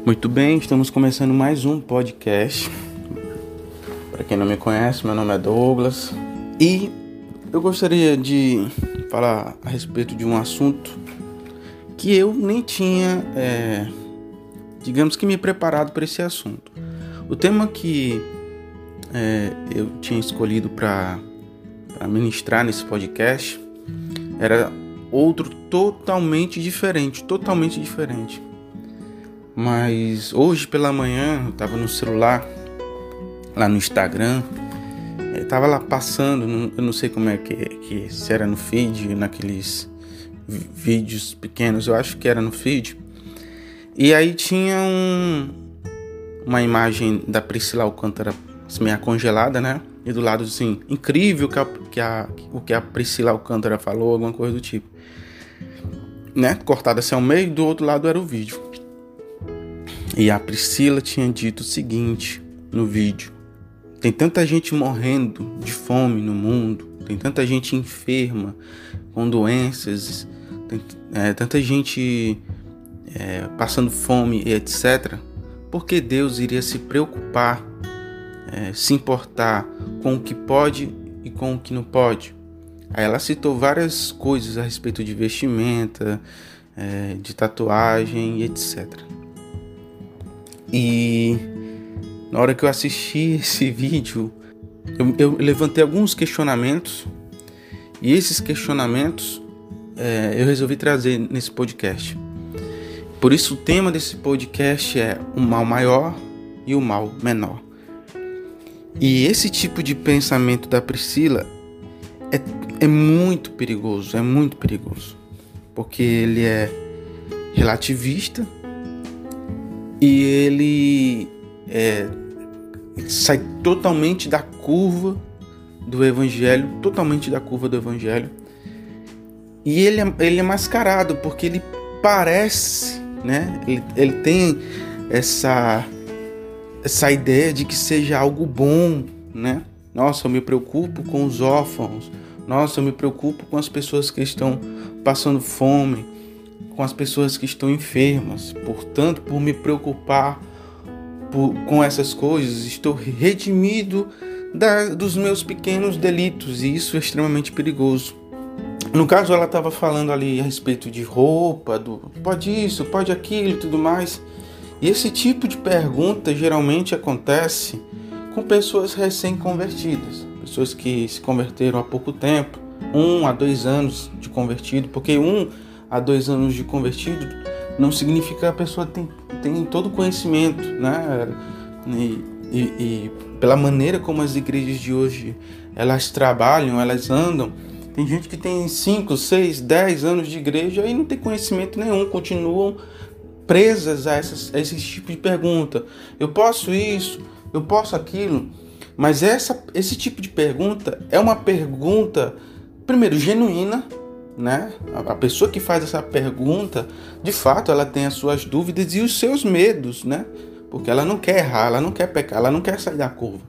Muito bem, estamos começando mais um podcast. Para quem não me conhece, meu nome é Douglas e eu gostaria de falar a respeito de um assunto que eu nem tinha, digamos que me preparado para esse assunto. O tema que eu tinha escolhido para ministrar nesse podcast era outro totalmente diferente. Mas hoje pela manhã eu estava no celular, lá no Instagram, estava lá passando, eu não sei como é que se era no feed, naqueles vídeos pequenos, eu acho que era no feed. E aí tinha uma imagem da Priscila Alcântara meio congelada, né? E do lado assim, incrível o que a Priscila Alcântara falou, alguma coisa do tipo, né? Cortada assim ao meio, do outro lado era o vídeo. E a Priscila tinha dito o seguinte no vídeo: tem tanta gente morrendo de fome no mundo, tem tanta gente enferma com doenças, tem tanta gente passando fome e etc. Por que Deus iria se preocupar, se importar com o que pode e com o que não pode? Aí ela citou várias coisas a respeito de vestimenta, de tatuagem e etc. E na hora que eu assisti esse vídeo, eu levantei alguns questionamentos, e esses questionamentos eu resolvi trazer nesse podcast. Por isso o tema desse podcast é o mal maior e o mal menor. E esse tipo de pensamento da Priscila é muito perigoso, porque ele é relativista e ele sai totalmente da curva do evangelho, e ele é mascarado, porque ele parece, né? Ele tem essa ideia de que seja algo bom, né? Nossa, eu me preocupo com os órfãos, nossa, eu me preocupo com as pessoas que estão passando fome, com as pessoas que estão enfermas. Portanto, por me preocupar com essas coisas, estou redimido dos meus pequenos delitos, e isso é extremamente perigoso. No caso, ela estava falando ali a respeito de roupa, pode isso, pode aquilo e tudo mais. E esse tipo de pergunta geralmente acontece com pessoas recém-convertidas, pessoas que se converteram há pouco tempo, 1 a 2 anos de convertido, porque 1 a 2 anos de convertido não significa que a pessoa tem todo o conhecimento, né? E pela maneira como as igrejas de hoje elas trabalham, elas andam, tem gente que tem 5, 6, 10 anos de igreja e não tem conhecimento nenhum, continuam presas a esse tipo de pergunta. Eu posso isso, eu posso aquilo, mas esse tipo de pergunta é uma pergunta, primeiro, genuína, né? A pessoa que faz essa pergunta, de fato, ela tem as suas dúvidas e os seus medos, né? Porque ela não quer errar, ela não quer pecar, ela não quer sair da curva.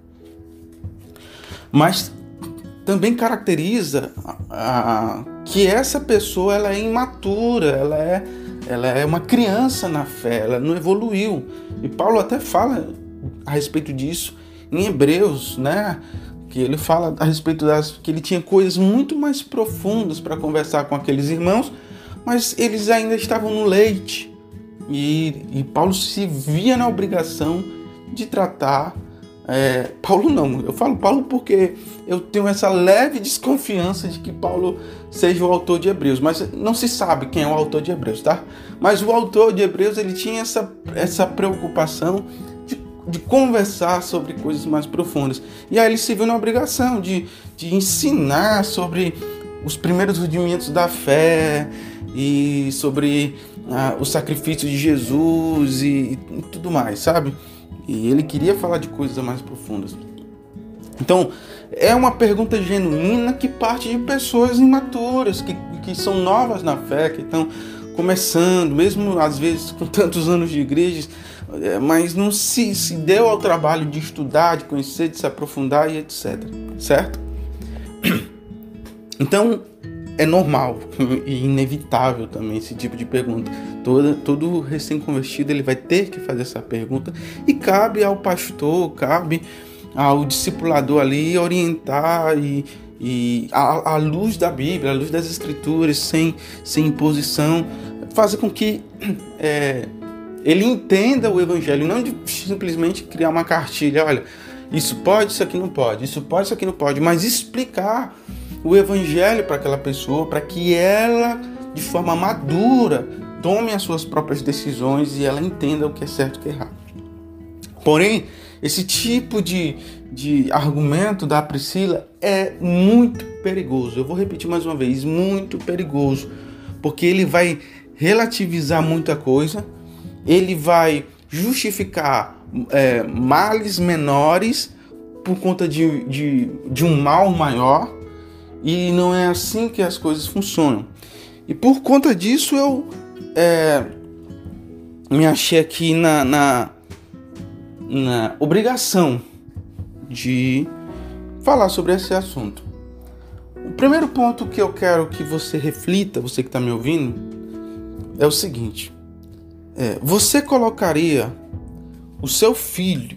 Mas também caracteriza que essa pessoa ela é imatura, ela é uma criança na fé, ela não evoluiu. E Paulo até fala a respeito disso em Hebreus, né? Que ele fala a respeito que ele tinha coisas muito mais profundas para conversar com aqueles irmãos, mas eles ainda estavam no leite. E Paulo se via na obrigação de tratar. Paulo não, eu falo Paulo porque eu tenho essa leve desconfiança de que Paulo seja o autor de Hebreus, mas não se sabe quem é o autor de Hebreus, tá? Mas o autor de Hebreus, ele tinha essa preocupação de conversar sobre coisas mais profundas. E aí ele se viu na obrigação de ensinar sobre os primeiros rudimentos da fé e sobre o sacrifício de Jesus e tudo mais, sabe? E ele queria falar de coisas mais profundas. Então, é uma pergunta genuína que parte de pessoas imaturas, que são novas na fé, que estão começando, mesmo às vezes com tantos anos de igreja, mas não se deu ao trabalho de estudar, de conhecer, de se aprofundar e etc. Certo? Então, é normal e inevitável também esse tipo de pergunta. Todo recém-convertido ele vai ter que fazer essa pergunta e cabe ao pastor, cabe ao discipulador ali orientar e à luz da Bíblia, à luz das Escrituras, sem imposição, fazer com que ele entenda o Evangelho, não de simplesmente criar uma cartilha, olha, isso pode, isso aqui não pode, isso pode, isso aqui não pode, mas explicar o Evangelho para aquela pessoa, para que ela, de forma madura, tome as suas próprias decisões e ela entenda o que é certo e o que é errado. Porém, esse tipo de argumento da Priscila é muito perigoso. Eu vou repetir mais uma vez, muito perigoso, porque ele vai relativizar muita coisa, ele vai justificar males menores por conta de um mal maior, e não é assim que as coisas funcionam. E por conta disso eu me achei aqui na obrigação de falar sobre esse assunto. O primeiro ponto que eu quero que você reflita, você que está me ouvindo, é o seguinte: você colocaria o seu filho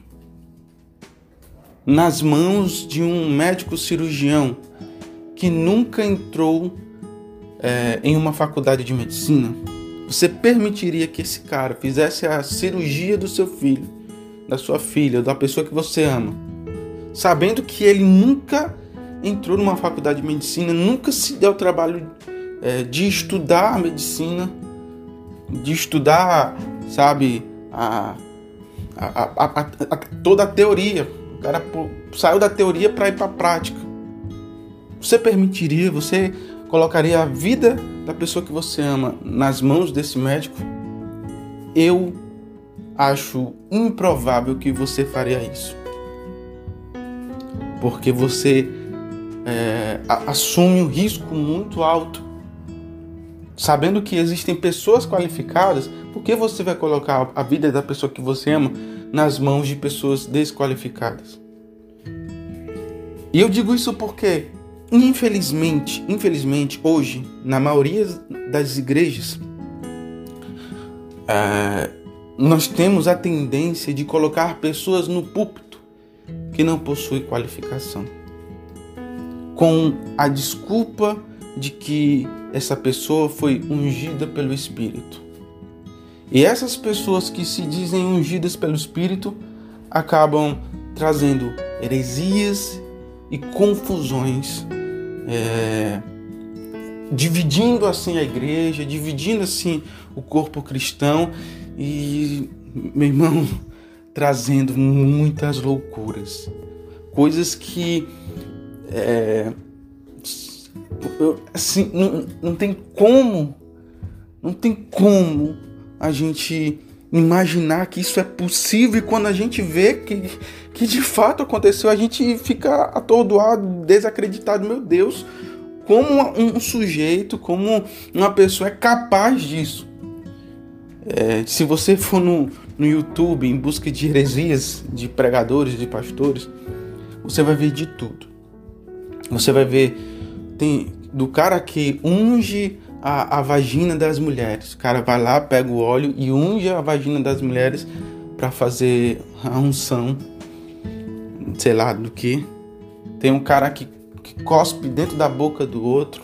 nas mãos de um médico cirurgião que nunca entrou em uma faculdade de medicina? Você permitiria que esse cara fizesse a cirurgia do seu filho, da sua filha, da pessoa que você ama, sabendo que ele nunca entrou numa faculdade de medicina, nunca se deu o trabalho de estudar a medicina, de estudar, sabe, toda a teoria? O cara saiu da teoria para ir para a prática. Você permitiria, você colocaria a vida da pessoa que você ama nas mãos desse médico? Eu acho improvável que você faria isso. Porque você assume um risco muito alto. Sabendo que existem pessoas qualificadas, por que você vai colocar a vida da pessoa que você ama nas mãos de pessoas desqualificadas? E eu digo isso porque, infelizmente, hoje, na maioria das igrejas, nós temos a tendência de colocar pessoas no púlpito que não possuem qualificação, com a desculpa de que essa pessoa foi ungida pelo Espírito. E essas pessoas que se dizem ungidas pelo Espírito acabam trazendo heresias e confusões, dividindo assim a igreja, dividindo assim o corpo cristão e, meu irmão, trazendo muitas loucuras, coisas que assim, não tem como a gente imaginar que isso é possível, e quando a gente vê que de fato aconteceu, a gente fica atordoado, desacreditado. Meu Deus, como um sujeito, como uma pessoa é capaz disso? Se você for no YouTube em busca de heresias, de pregadores, de pastores, você vai ver de tudo. Você vai ver, tem do cara que unge a vagina das mulheres. O cara vai lá, pega o óleo e unge a vagina das mulheres para fazer a unção, sei lá do que. Tem um cara que cospe dentro da boca do outro.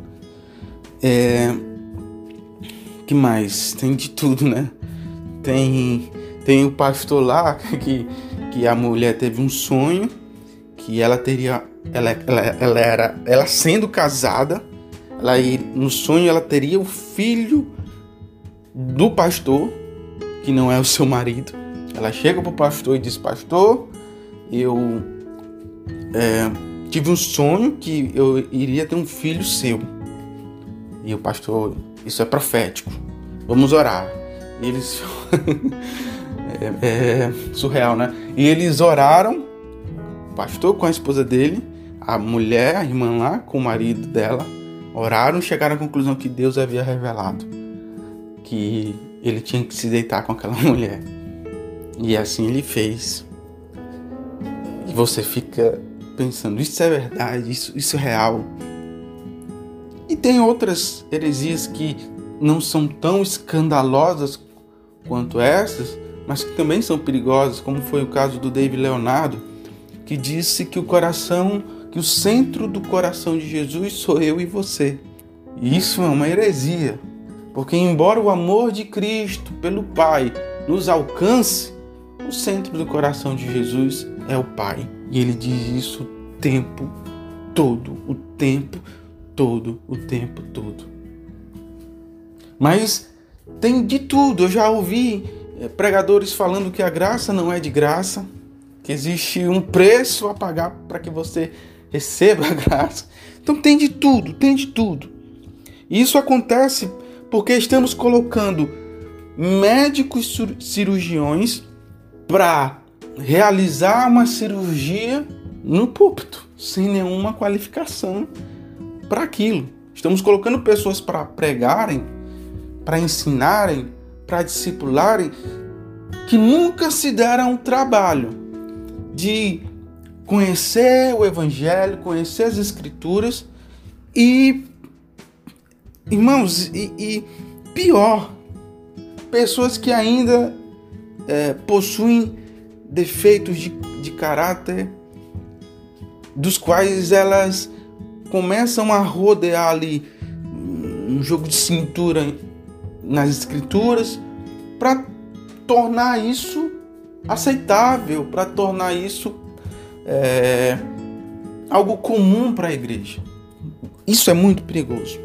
Que mais? Tem de tudo, né? Tem o pastor lá que a mulher teve um sonho que ela teria, ela sendo casada, no sonho ela teria o filho do pastor, que não é o seu marido. Ela chega pro pastor e diz: pastor, eu tive um sonho que eu iria ter um filho seu. E o pastor: isso é profético, vamos orar. E eles surreal, né? E eles oraram, o pastor com a esposa dele, a mulher, a irmã lá, com o marido dela, oraram e chegaram à conclusão que Deus havia revelado que ele tinha que se deitar com aquela mulher. E assim ele fez. E você fica pensando: isso é verdade? Isso é real? E tem outras heresias que não são tão escandalosas quanto essas, mas que também são perigosas, como foi o caso do David Leonardo, que disse que o centro do coração de Jesus sou eu e você. E isso é uma heresia, porque embora o amor de Cristo pelo Pai nos alcance, o centro do coração de Jesus é o Pai. E ele diz isso o tempo todo, o tempo todo, o tempo todo. Mas tem de tudo. Eu já ouvi pregadores falando que a graça não é de graça, que existe um preço a pagar para que você receba a graça. Então tem de tudo, tem de tudo. E isso acontece porque estamos colocando médicos cirurgiões para realizar uma cirurgia no púlpito, sem nenhuma qualificação para aquilo. Estamos colocando pessoas para pregarem, para ensinarem, para discipularem, que nunca se deram o trabalho de conhecer o Evangelho, conhecer as Escrituras e, irmãos, e pior, pessoas que ainda possuem defeitos de caráter, dos quais elas começam a rodear ali um jogo de cintura nas Escrituras para tornar isso aceitável, para tornar isso algo comum para a igreja. Isso é muito perigoso.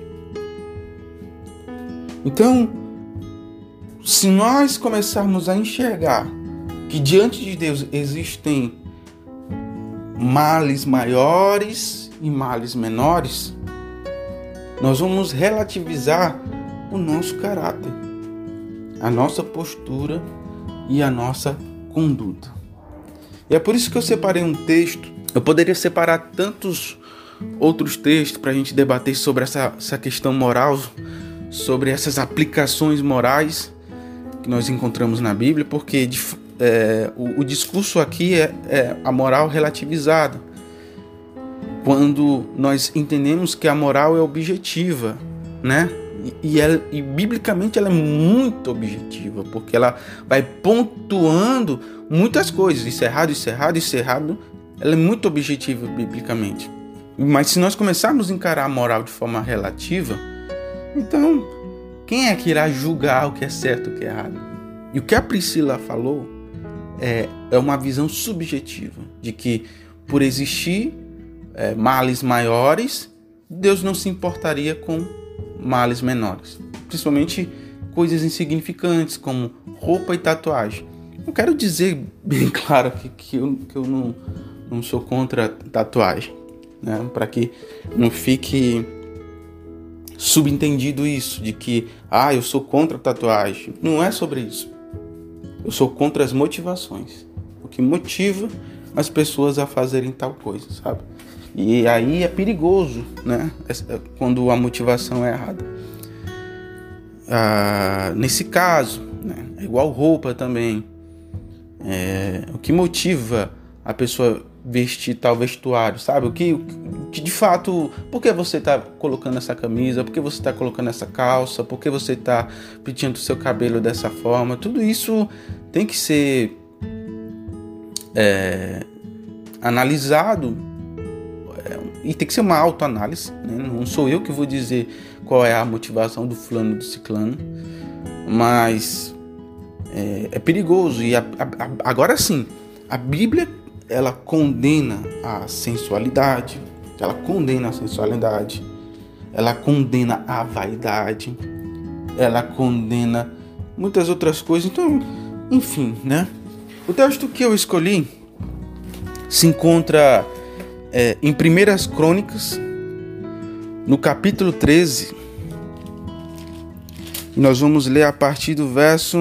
Então, se nós começarmos a enxergar que diante de Deus existem males maiores e males menores, nós vamos relativizar o nosso caráter, a nossa postura e a nossa conduta. E é por isso que eu separei um texto. Eu poderia separar tantos outros textos para a gente debater sobre essa questão moral, sobre essas aplicações morais que nós encontramos na Bíblia, porque o discurso aqui é a moral relativizada. Quando nós entendemos que a moral é objetiva, né? E biblicamente ela é muito objetiva, porque ela vai pontuando muitas coisas. Isso é errado, isso é errado, isso é errado. Ela é muito objetiva biblicamente. Mas se nós começarmos a encarar a moral de forma relativa, então quem é que irá julgar o que é certo e o que é errado? E o que a Priscila falou é uma visão subjetiva, de que por existir males maiores, Deus não se importaria com males menores, principalmente coisas insignificantes como roupa e tatuagem. Eu quero dizer bem claro que eu não sou contra tatuagem, né? Para que não fique subentendido isso, de que eu sou contra tatuagem. Não é sobre isso. Eu sou contra as motivações, o que motiva as pessoas a fazerem tal coisa, sabe? E aí é perigoso, né? Quando a motivação é errada. Nesse caso, né? É igual roupa também. O que motiva a pessoa vestir tal vestuário, sabe? O que de fato... Por que você está colocando essa camisa? Por que você está colocando essa calça? Por que você está penteando o seu cabelo dessa forma? Tudo isso tem que ser analisado. E tem que ser uma autoanálise, né? Não sou eu que vou dizer qual é a motivação do fulano, do ciclano, mas é perigoso. E agora sim, a Bíblia, ela condena a sensualidade, ela condena a vaidade, ela condena muitas outras coisas. Então, enfim, né? O texto que eu escolhi se encontra em 1 Crônicas, no capítulo 13, nós vamos ler a partir do verso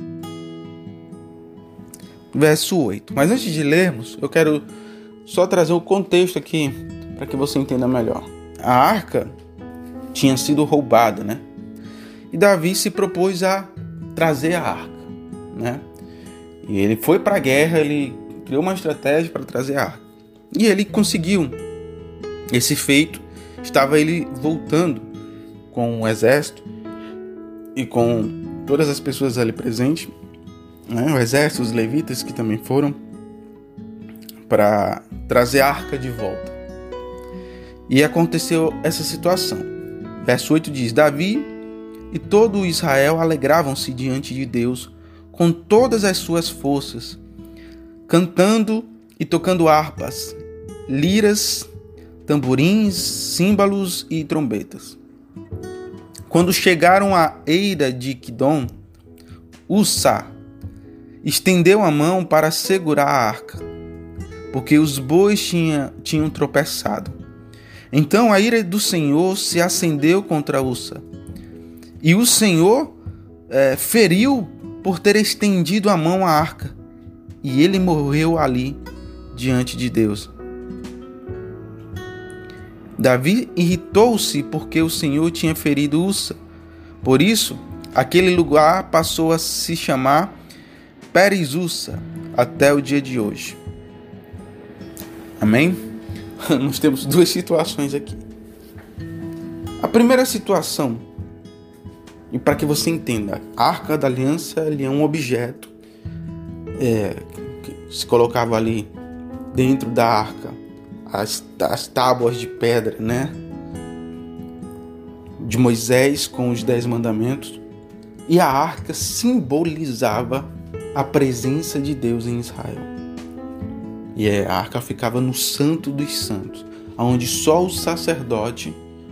8. Mas antes de lermos, eu quero só trazer o contexto aqui para que você entenda melhor. A arca tinha sido roubada, né? E Davi se propôs a trazer a arca, né? E ele foi para a guerra, ele criou uma estratégia para trazer a arca. E ele conseguiu esse feito. Estava ele voltando com o exército e com todas as pessoas ali presentes, né? O exército, os levitas que também foram, para trazer a arca de volta. E aconteceu essa situação. Verso 8 diz: Davi e todo Israel alegravam-se diante de Deus com todas as suas forças, cantando e tocando harpas, liras, tamborins, símbolos e trombetas. Quando chegaram à eira de Quidom, Ussa estendeu a mão para segurar a arca, porque os bois tinham tropeçado. Então a ira do Senhor se acendeu contra Ussa, e o Senhor feriu por ter estendido a mão à arca, e ele morreu ali diante de Deus. Davi irritou-se porque o Senhor tinha ferido Ussa. Por isso, aquele lugar passou a se chamar Perez-Ussa até o dia de hoje. Amém? Nós temos duas situações aqui. A primeira situação, e para que você entenda, a Arca da Aliança ele é um objeto que se colocava ali dentro da arca as tábuas de pedra, né, de Moisés com os 10 mandamentos, e a arca simbolizava a presença de Deus em Israel. E a arca ficava no Santo dos Santos, onde só o sacerdote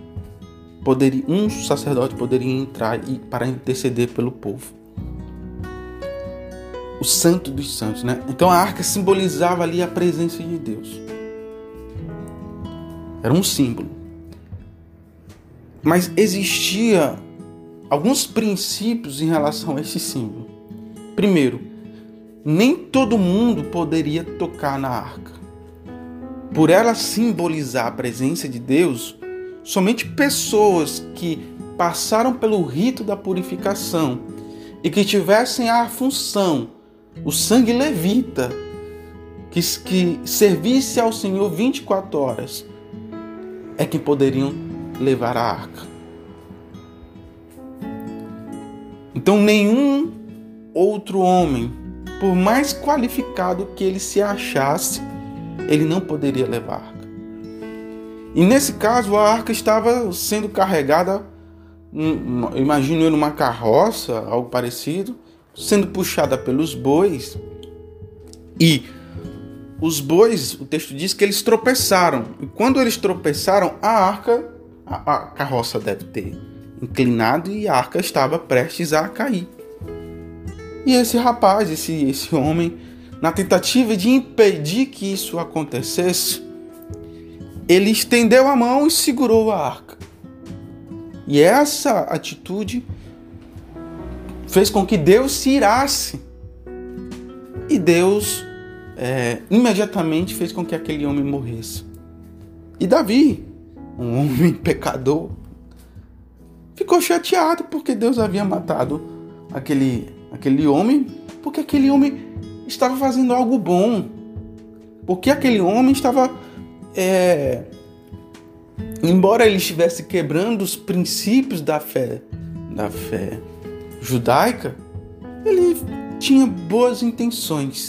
poderia entrar para interceder pelo povo. O Santo dos Santos, né? Então a arca simbolizava ali a presença de Deus. Era um símbolo. Mas existia alguns princípios em relação a esse símbolo. Primeiro, nem todo mundo poderia tocar na arca. Por ela simbolizar a presença de Deus, somente pessoas que passaram pelo rito da purificação e que tivessem a função, o sangue levita, que servisse ao Senhor 24 horas, é que poderiam levar a arca. Então nenhum outro homem, por mais qualificado que ele se achasse, ele não poderia levar a arca. E nesse caso a arca estava sendo carregada, imagino eu, numa carroça, algo parecido, sendo puxada pelos bois. E os bois, o texto diz que eles tropeçaram. E quando eles tropeçaram, a carroça deve ter inclinado e a arca estava prestes a cair. E esse rapaz, esse homem, na tentativa de impedir que isso acontecesse, ele estendeu a mão e segurou a arca. E essa atitude fez com que Deus se irasse. E Deus imediatamente fez com que aquele homem morresse. E Davi, um homem pecador, ficou chateado porque Deus havia matado aquele homem, porque aquele homem estava fazendo algo bom, porque aquele homem estava, embora ele estivesse quebrando os princípios da fé judaica, ele tinha boas intenções.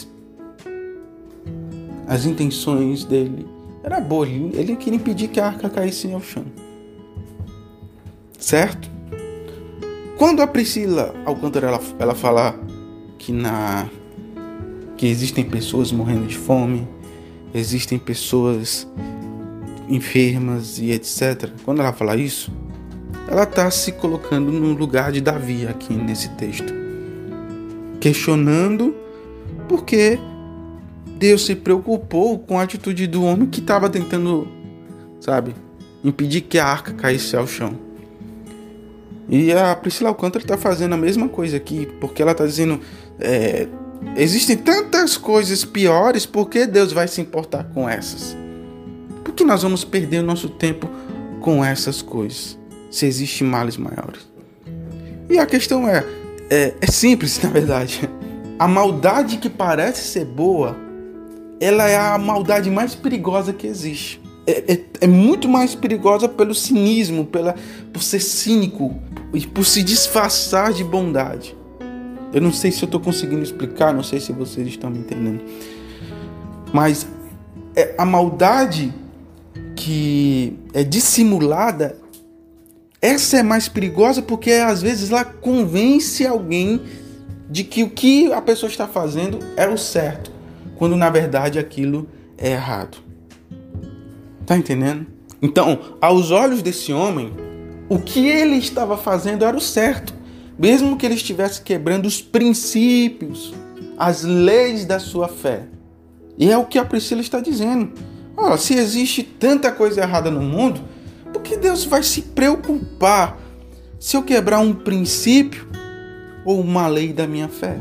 As intenções dele eram boas. Ele queria impedir que a arca caísse ao chão. Certo? Quando a Priscila Alcântara ela fala que existem pessoas morrendo de fome, existem pessoas enfermas e etc. Quando ela fala isso, ela está se colocando no lugar de Davi aqui nesse texto, questionando por que Deus se preocupou com a atitude do homem que estava tentando, impedir que a arca caísse ao chão. E a Priscila Alcântara está fazendo a mesma coisa aqui, porque ela está dizendo, existem tantas coisas piores, por que Deus vai se importar com essas? Por que nós vamos perder o nosso tempo com essas coisas, se existem males maiores? E a questão é simples, na verdade. A maldade que parece ser boa, ela é a maldade mais perigosa que existe. é muito mais perigosa pelo cinismo, por ser cínico e por se disfarçar de bondade. Eu não sei se eu estou conseguindo explicar, não sei se vocês estão me entendendo. Mas a maldade que é dissimulada, essa é mais perigosa porque às vezes ela convence alguém de que o que a pessoa está fazendo é o certo, quando na verdade aquilo é errado. Tá entendendo? Então, aos olhos desse homem, o que ele estava fazendo era o certo, mesmo que ele estivesse quebrando os princípios, as leis da sua fé. E é o que a Priscila está dizendo. Olha, se existe tanta coisa errada no mundo, por que Deus vai se preocupar se eu quebrar um princípio ou uma lei da minha fé?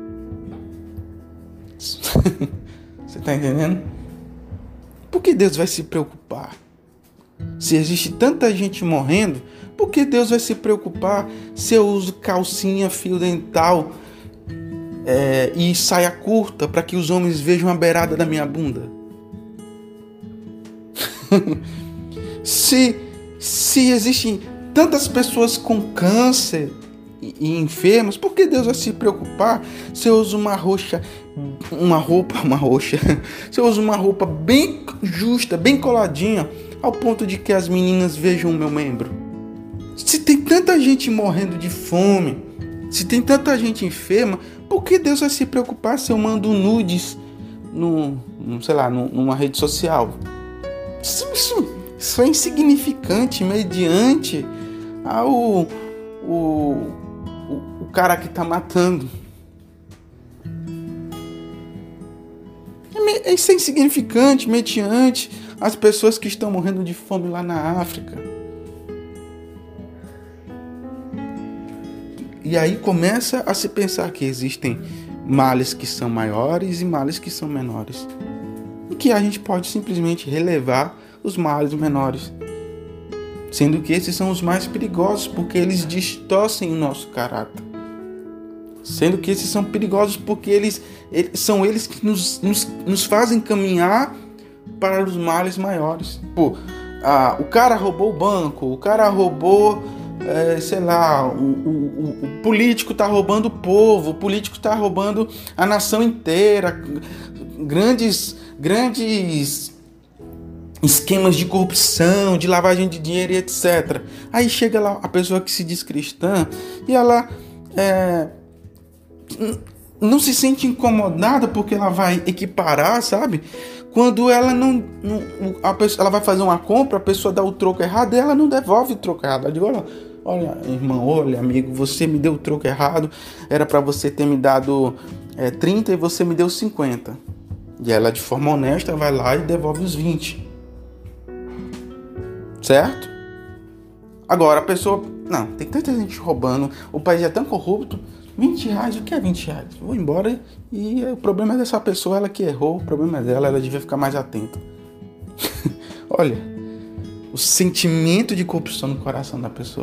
Você está entendendo? Por que Deus vai se preocupar? Se existe tanta gente morrendo, por que Deus vai se preocupar se eu uso calcinha, fio dental e saia curta para que os homens vejam a beirada da minha bunda? Se existem tantas pessoas com câncer e enfermas, por que Deus vai se preocupar se eu uso uma roupa se eu uso uma roupa bem justa, bem coladinha, ao ponto de que as meninas vejam o meu membro? Se tem tanta gente morrendo de fome, se tem tanta gente enferma, por que Deus vai se preocupar se eu mando nudes numa rede social? Isso é insignificante mediante o cara que está matando. Isso é insignificante mediante as pessoas que estão morrendo de fome lá na África. E aí começa a se pensar que existem males que são maiores e males que são menores. E que a gente pode simplesmente relevar os males menores. Sendo que esses são os mais perigosos, porque eles distorcem o nosso caráter. Sendo que esses são perigosos porque são eles que nos fazem caminhar para os males maiores. Pô, o cara roubou o banco, o cara roubou, o político está roubando o povo, o político está roubando a nação inteira, grandes esquemas de corrupção, de lavagem de dinheiro e etc. Aí chega lá a pessoa que se diz cristã e ela não se sente incomodada porque ela vai equiparar, sabe? Quando ela ela vai fazer uma compra, a pessoa dá o troco errado e ela não devolve o troco errado. Ela diz: olha, irmão, olha, amigo, você me deu o troco errado, era para você ter me dado 30 e você me deu 50. E ela, de forma honesta, vai lá e devolve os 20. Certo? Agora a pessoa... Não, tem tanta gente roubando, o país é tão corrupto, 20 reais, o que é 20 reais? Vou embora e o problema é dessa pessoa, ela que errou, o problema é dela, ela devia ficar mais atenta. Olha, o sentimento de corrupção no coração da pessoa.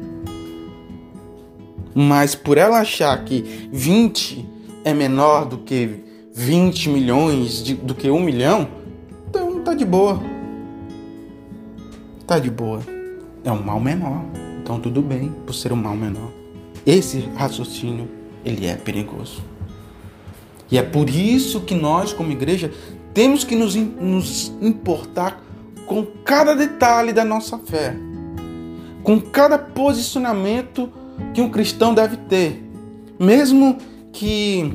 Mas por ela achar que 20 é menor do que 20 milhões, do que 1 milhão, então tá de boa. Tá de boa. É um mal menor. Então tudo bem por ser um mal menor. Esse raciocínio, ele é perigoso. E é por isso que nós, como igreja, temos que nos importar com cada detalhe da nossa fé. Com cada posicionamento que um cristão deve ter. Mesmo que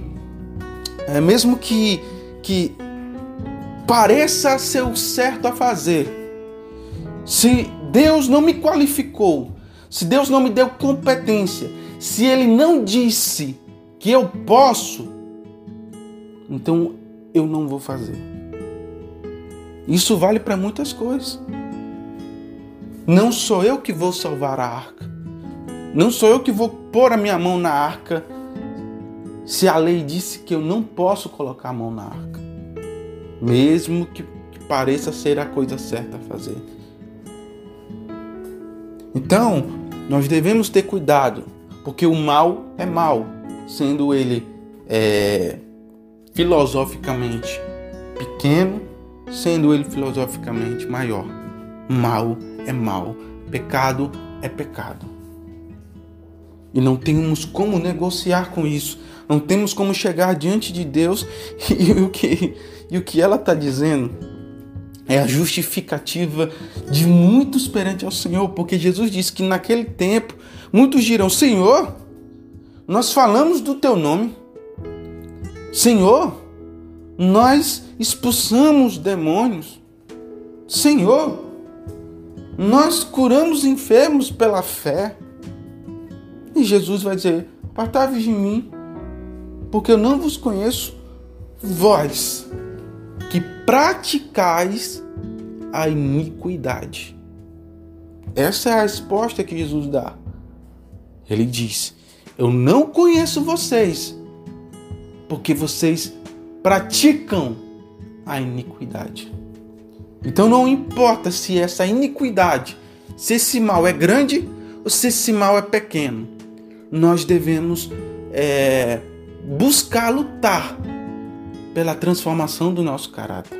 pareça ser o certo a fazer. Se Deus não me qualificou, se Deus não me deu competência, se Ele não disse que eu posso, então eu não vou fazer. Isso vale para muitas coisas. Não sou eu que vou salvar a arca. Não sou eu que vou pôr a minha mão na arca se a lei disse que eu não posso colocar a mão na arca. Mesmo que pareça ser a coisa certa a fazer. Então, nós devemos ter cuidado, porque o mal é mal, sendo ele filosoficamente pequeno, sendo ele filosoficamente maior. Mal é mal, pecado é pecado. E não temos como negociar com isso. Não temos como chegar diante de Deus e o que ela está dizendo é a justificativa de muitos perante ao Senhor, porque Jesus disse que naquele tempo muitos dirão: Senhor, nós falamos do teu nome. Senhor, nós expulsamos demônios. Senhor, nós curamos enfermos pela fé. E Jesus vai dizer: apartai-vos de mim, porque eu não vos conheço, vós que praticais a iniquidade. Essa é a resposta que Jesus dá. Ele diz: eu não conheço vocês, porque vocês praticam a iniquidade. Então não importa se essa iniquidade, se esse mal é grande ou se esse mal é pequeno, nós devemos buscar lutar pela transformação do nosso caráter.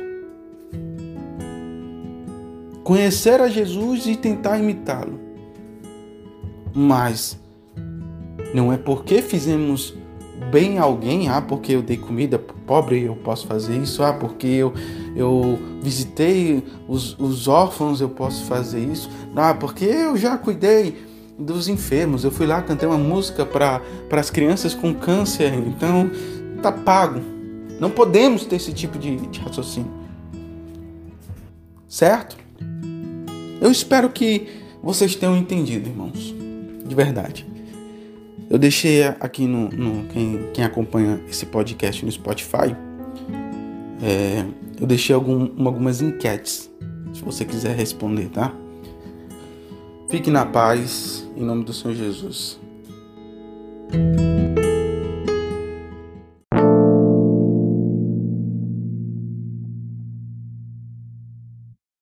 Conhecer a Jesus e tentar imitá-lo. Mas não é porque fizemos bem a alguém, porque eu dei comida para o pobre eu posso fazer isso, porque eu visitei os órfãos eu posso fazer isso, porque eu já cuidei dos enfermos, eu fui lá, cantei uma música para as crianças com câncer, então tá pago. Não podemos ter esse tipo de raciocínio, certo? Eu espero que vocês tenham entendido, irmãos, de verdade. Eu deixei aqui quem acompanha esse podcast no Spotify, eu deixei algumas enquetes, se você quiser responder, tá? Fique na paz, em nome do Senhor Jesus.